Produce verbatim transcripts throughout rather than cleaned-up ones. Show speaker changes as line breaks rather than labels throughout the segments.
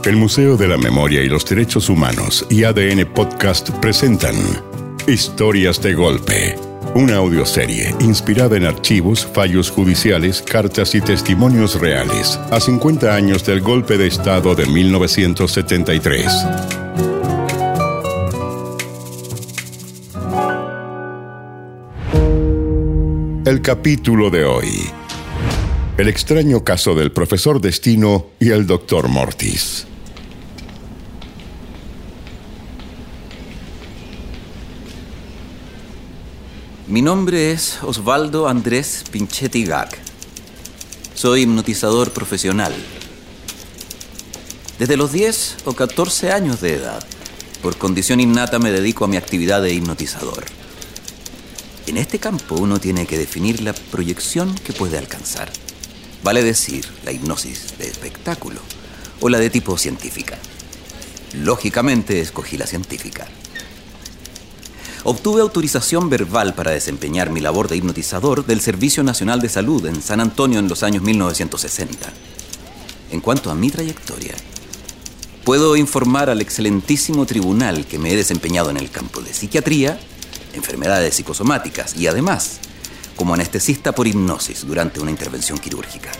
El Museo de la Memoria y los Derechos Humanos y A D N Podcast presentan Historias de Golpe, una audioserie inspirada en archivos, fallos judiciales, cartas y testimonios reales a cincuenta años del golpe de Estado de mil novecientos setenta y tres. El capítulo de hoy: el extraño caso del profesor Destino y el doctor Mortis.
Mi nombre es Osvaldo Andrés Pinchetti Gac. Soy hipnotizador profesional. Desde los diez o catorce años de edad, por condición innata, me dedico a mi actividad de hipnotizador. En este campo uno tiene que definir la proyección que puede alcanzar. Vale decir, la hipnosis de espectáculo o la de tipo científica. Lógicamente escogí la científica. Obtuve autorización verbal para desempeñar mi labor de hipnotizador del Servicio Nacional de Salud en San Antonio en los años mil novecientos sesenta. En cuanto a mi trayectoria, puedo informar al excelentísimo tribunal que me he desempeñado en el campo de psiquiatría, enfermedades psicosomáticas y además como anestesista por hipnosis durante una intervención quirúrgica.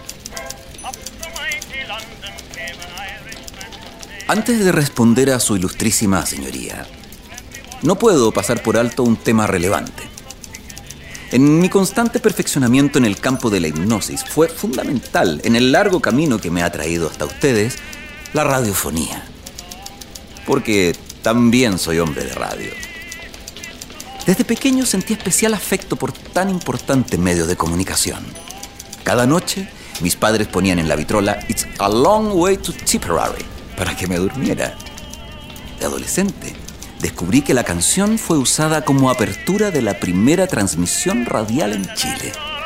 Antes de responder a su ilustrísima señoría, no puedo pasar por alto un tema relevante. En mi constante perfeccionamiento en el campo de la hipnosis fue fundamental en el largo camino que me ha traído hasta ustedes la radiofonía. Porque también soy hombre de radio. Desde pequeño sentí especial afecto por tan importante medio de comunicación. Cada noche mis padres ponían en la vitrola "It's a long way to Tipperary" para que me durmiera. De adolescente, descubrí que la canción fue usada como apertura de la primera transmisión radial en Chile.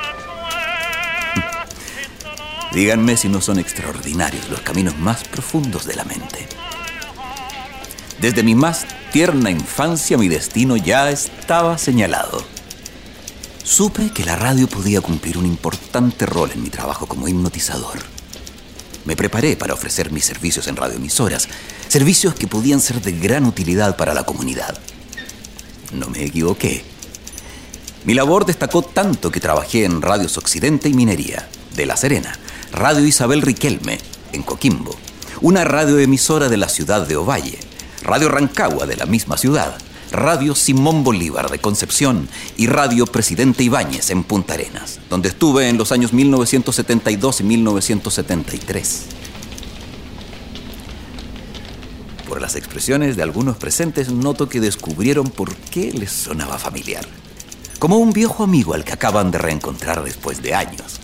Díganme si no son extraordinarios los caminos más profundos de la mente. Desde mi más tierna infancia, mi destino ya estaba señalado. Supe que la radio podía cumplir un importante rol en mi trabajo como hipnotizador. Me preparé para ofrecer mis servicios en radioemisoras, servicios que podían ser de gran utilidad para la comunidad. No me equivoqué. Mi labor destacó tanto que trabajé en Radios Occidente y Minería, de La Serena, Radio Isabel Riquelme, en Coquimbo, una radioemisora de la ciudad de Ovalle, Radio Rancagua, de la misma ciudad, Radio Simón Bolívar, de Concepción, y Radio Presidente Ibáñez, en Punta Arenas, donde estuve en los años mil novecientos setenta y dos y mil novecientos setenta y tres. Por las expresiones de algunos presentes, noto que descubrieron por qué les sonaba familiar. Como un viejo amigo al que acaban de reencontrar después de años.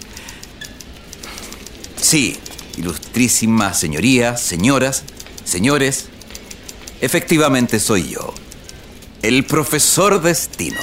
Sí, ilustrísimas señorías, señoras, señores, efectivamente soy yo, el profesor Destino.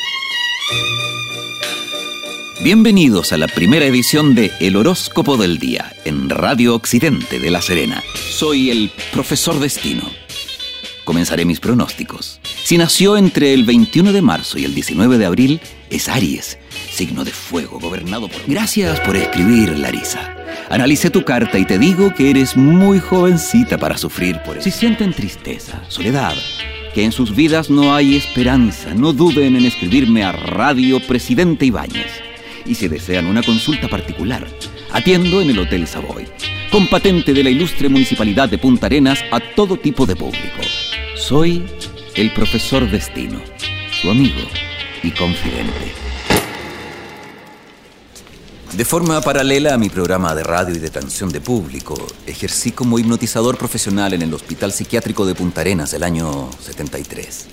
Bienvenidos a la primera edición de El Horóscopo del Día en Radio Occidente de La Serena. Soy el profesor Destino. Comenzaré mis pronósticos. Si nació entre el veintiuno de marzo y el diecinueve de abril, es Aries, signo de fuego gobernado por... Gracias por escribir, Larisa. Analicé tu carta y te digo que eres muy jovencita para sufrir por eso. Si sienten tristeza, soledad, que en sus vidas no hay esperanza, no duden en escribirme a Radio Presidente Ibáñez. Y si desean una consulta particular, atiendo en el Hotel Savoy, con patente de la ilustre Municipalidad de Punta Arenas a todo tipo de público. Soy el profesor Destino, su amigo y confidente. De forma paralela a mi programa de radio y de atención de público, ejercí como hipnotizador profesional en el Hospital Psiquiátrico de Punta Arenas el año setenta y tres.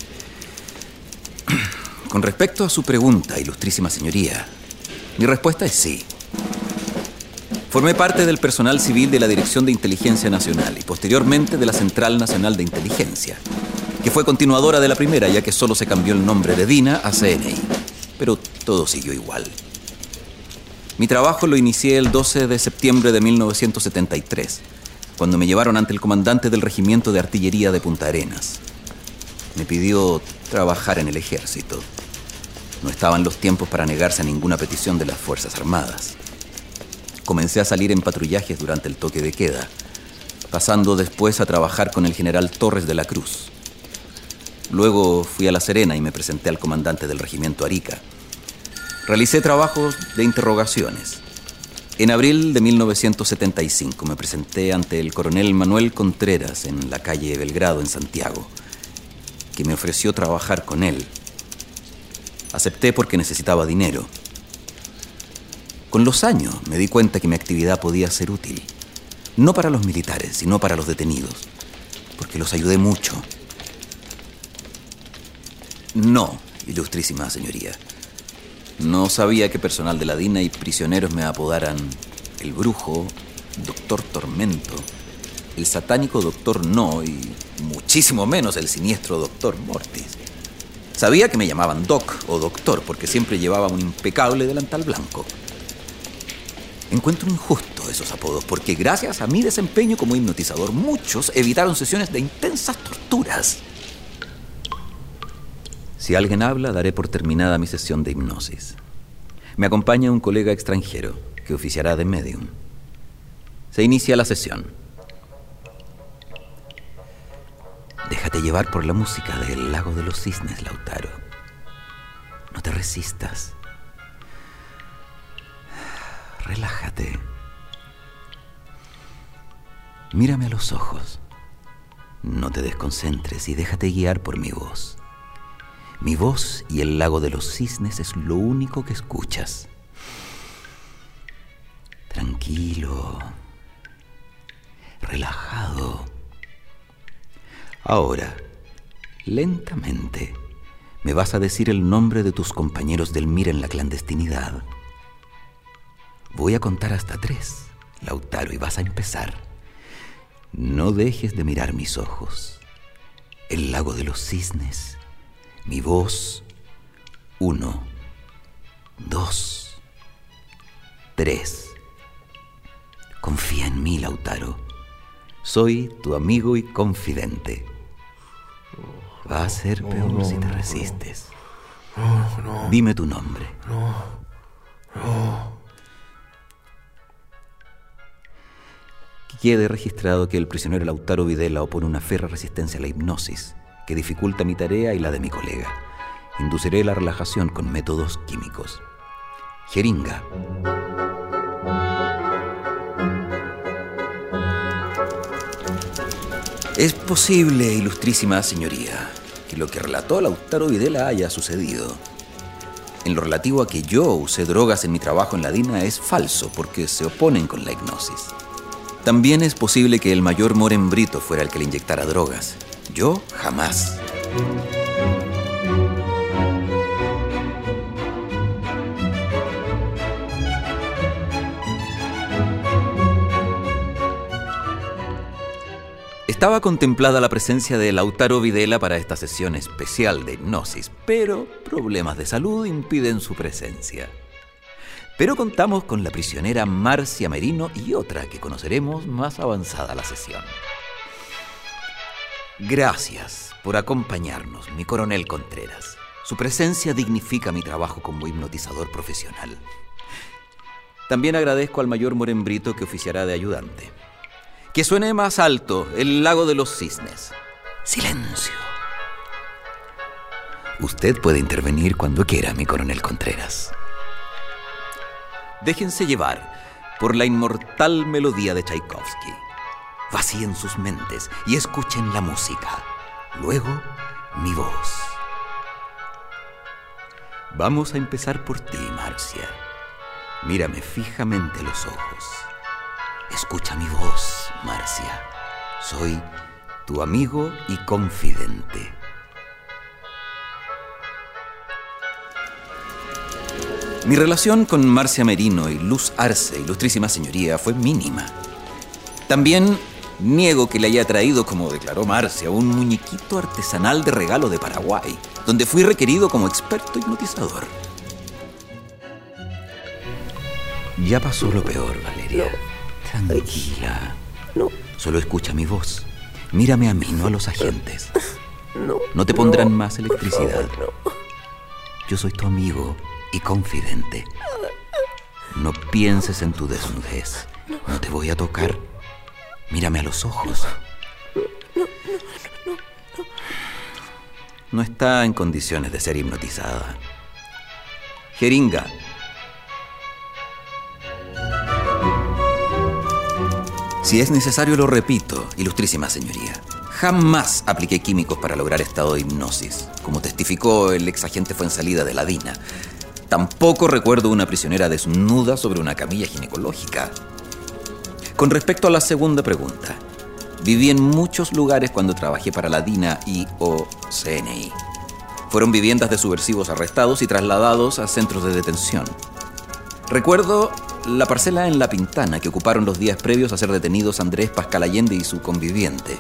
Con respecto a su pregunta, ilustrísima señoría, mi respuesta es sí. Formé parte del personal civil de la Dirección de Inteligencia Nacional y posteriormente de la Central Nacional de Inteligencia, que fue continuadora de la primera, ya que solo se cambió el nombre de DINA a C N I, pero todo siguió igual. Mi trabajo lo inicié el doce de septiembre de mil novecientos setenta y tres, cuando me llevaron ante el comandante del Regimiento de Artillería de Punta Arenas. Me pidió trabajar en el ejército. No estaban los tiempos para negarse a ninguna petición de las Fuerzas Armadas. Comencé a salir en patrullajes durante el toque de queda, pasando después a trabajar con el general Torres de la Cruz. Luego fui a La Serena y me presenté al comandante del regimiento Arica. Realicé trabajos de interrogaciones. En abril de mil novecientos setenta y cinco me presenté ante el coronel Manuel Contreras en la calle Belgrado, en Santiago, que me ofreció trabajar con él. Acepté porque necesitaba dinero. Con los años me di cuenta que mi actividad podía ser útil, no para los militares, sino para los detenidos, porque los ayudé mucho. No, ilustrísima señoría. No sabía que personal de la D I N A y prisioneros me apodaran el brujo, doctor Tormento, el satánico doctor No y muchísimo menos el siniestro doctor Mortis. Sabía que me llamaban Doc o doctor porque siempre llevaba un impecable delantal blanco. Encuentro injusto esos apodos porque gracias a mi desempeño como hipnotizador muchos evitaron sesiones de intensas torturas. Si alguien habla, daré por terminada mi sesión de hipnosis. Me acompaña un colega extranjero que oficiará de medium. Se inicia la sesión. Déjate llevar por la música del Lago de los Cisnes, Lautaro. No te resistas. Relájate. Mírame a los ojos. No te desconcentres y déjate guiar por mi voz. Mi voz y el Lago de los Cisnes es lo único que escuchas. Tranquilo. Relajado. Ahora, lentamente, me vas a decir el nombre de tus compañeros del M I R en la clandestinidad. Voy a contar hasta tres, Lautaro, y vas a empezar. No dejes de mirar mis ojos. El Lago de los Cisnes. Mi voz. Uno. Dos. Tres. Confía en mí, Lautaro. Soy tu amigo y confidente. Va a ser peor no, no, si te resistes.
No, no.
Dime tu nombre.
No. No.
Quede registrado que el prisionero Lautaro Videla opone una férrea resistencia a la hipnosis, que dificulta mi tarea y la de mi colega. Induciré la relajación con métodos químicos. Jeringa. Es posible, ilustrísima señoría, que lo que relató Lautaro Videla haya sucedido. En lo relativo a que yo usé drogas en mi trabajo en la D I N A es falso, porque se oponen con la hipnosis. También es posible que el mayor Moren Brito fuera el que le inyectara drogas. Yo, jamás. Estaba contemplada la presencia de Lautaro Videla para esta sesión especial de hipnosis, pero problemas de salud impiden su presencia. Pero contamos con la prisionera Marcia Merino y otra que conoceremos más avanzada la sesión. Gracias por acompañarnos, mi coronel Contreras. Su presencia dignifica mi trabajo como hipnotizador profesional. También agradezco al mayor Moren Brito que oficiará de ayudante. Que suene más alto el Lago de los Cisnes. Silencio. Usted puede intervenir cuando quiera, mi coronel Contreras. Déjense llevar por la inmortal melodía de Tchaikovsky. Vacíen sus mentes y escuchen la música. Luego, mi voz. Vamos a empezar por ti, Marcia. Mírame fijamente a los ojos. Escucha mi voz, Marcia. Soy tu amigo y confidente. Mi relación con Marcia Merino y Luz Arce, ilustrísima señoría, fue mínima. También niego que le haya traído, como declaró Marcia, un muñequito artesanal de regalo de Paraguay, donde fui requerido como experto hipnotizador. Ya pasó lo peor, Valeria. No. Tranquila. No. Solo escucha mi voz. Mírame a mí, no a los agentes. No. No te pondrán no, más electricidad. Favor, no. Yo soy tu amigo y confidente. No pienses en tu desnudez. No te voy a tocar. Mírame a los ojos.
No, no, no, no.
No está en condiciones de ser hipnotizada. Jeringa. Si es necesario, lo repito, ilustrísima señoría. Jamás apliqué químicos para lograr estado de hipnosis, como testificó el ex agente Fuensalida de la DINA. Tampoco recuerdo una prisionera desnuda sobre una camilla ginecológica. Con respecto a la segunda pregunta, viví en muchos lugares cuando trabajé para la DINA y o C N I. Fueron viviendas de subversivos arrestados y trasladados a centros de detención. Recuerdo la parcela en La Pintana que ocuparon los días previos a ser detenidos Andrés Pascal Allende y su conviviente.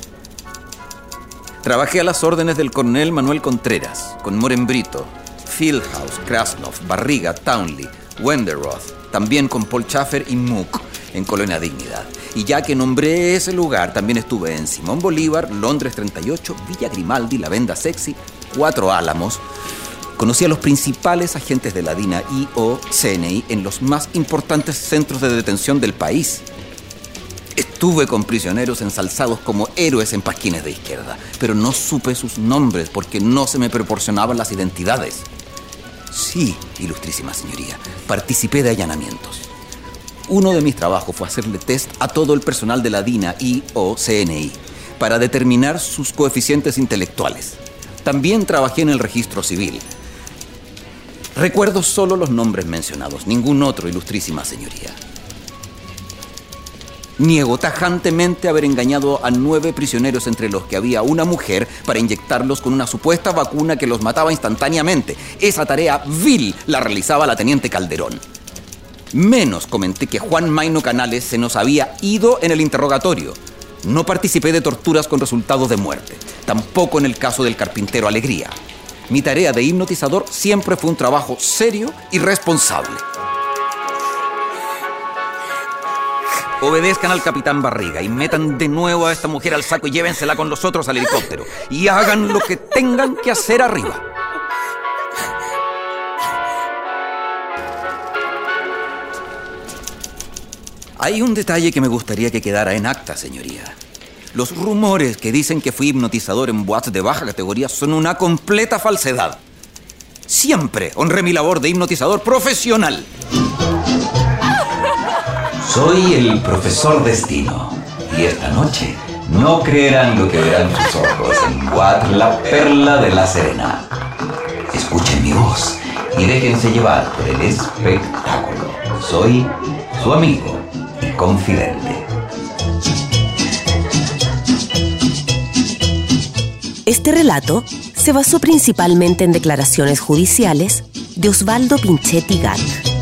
Trabajé a las órdenes del coronel Manuel Contreras, con Morenbrito, Fieldhouse, Krasnov, Barriga, Townley, Wenderoth, también con Paul Schaffer y Mook en Colonia Dignidad. Y ya que nombré ese lugar, también estuve en Simón Bolívar, Londres treinta y ocho, Villa Grimaldi, La Venda Sexy, Cuatro Álamos. Conocí a los principales agentes de la DINA y o C N I en los más importantes centros de detención del país. Estuve con prisioneros ensalzados como héroes en pasquines de izquierda, pero no supe sus nombres porque no se me proporcionaban las identidades. Sí, ilustrísima señoría, participé de allanamientos. Uno de mis trabajos fue hacerle test a todo el personal de la DINA y o C N I para determinar sus coeficientes intelectuales. También trabajé en el registro civil. Recuerdo solo los nombres mencionados, ningún otro, ilustrísima señoría. Niego tajantemente haber engañado a nueve prisioneros, entre los que había una mujer, para inyectarlos con una supuesta vacuna que los mataba instantáneamente. Esa tarea vil la realizaba la teniente Calderón. Menos comenté que Juan Maino Canales se nos había ido en el interrogatorio. No participé de torturas con resultados de muerte. Tampoco en el caso del carpintero Alegría. Mi tarea de hipnotizador siempre fue un trabajo serio y responsable. Obedezcan al capitán Barriga y metan de nuevo a esta mujer al saco y llévensela con los otros al helicóptero. Y hagan lo que tengan que hacer arriba. Hay un detalle que me gustaría que quedara en acta, señoría. Los rumores que dicen que fui hipnotizador en boates de baja categoría son una completa falsedad. Siempre honré mi labor de hipnotizador profesional. Soy el profesor Destino, y esta noche no creerán lo que verán sus ojos en Boate La Perla de La Serena. Escuchen mi voz y déjense llevar por el espectáculo. Soy su amigo y confidente.
Este relato se basó principalmente en declaraciones judiciales de Osvaldo Pinchetti Gat.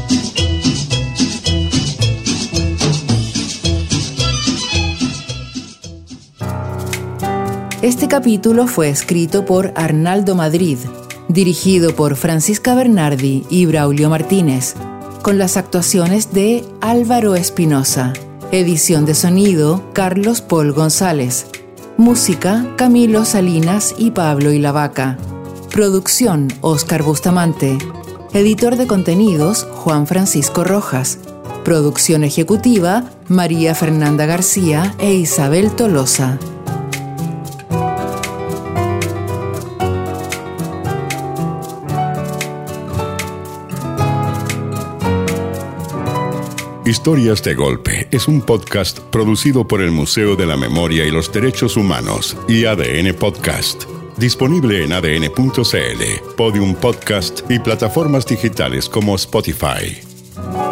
Este capítulo fue escrito por Arnaldo Madrid, dirigido por Francisca Bernardi y Braulio Martínez, con las actuaciones de Álvaro Espinosa, edición de sonido Carlos Paul González, música Camilo Salinas y Pablo Ilavaca, producción Óscar Bustamante, editor de contenidos Juan Francisco Rojas, producción ejecutiva María Fernanda García e Isabel Tolosa.
Historias de Golpe es un podcast producido por el Museo de la Memoria y los Derechos Humanos y A D N Podcast. Disponible en A D N punto C L, Podium Podcast y plataformas digitales como Spotify.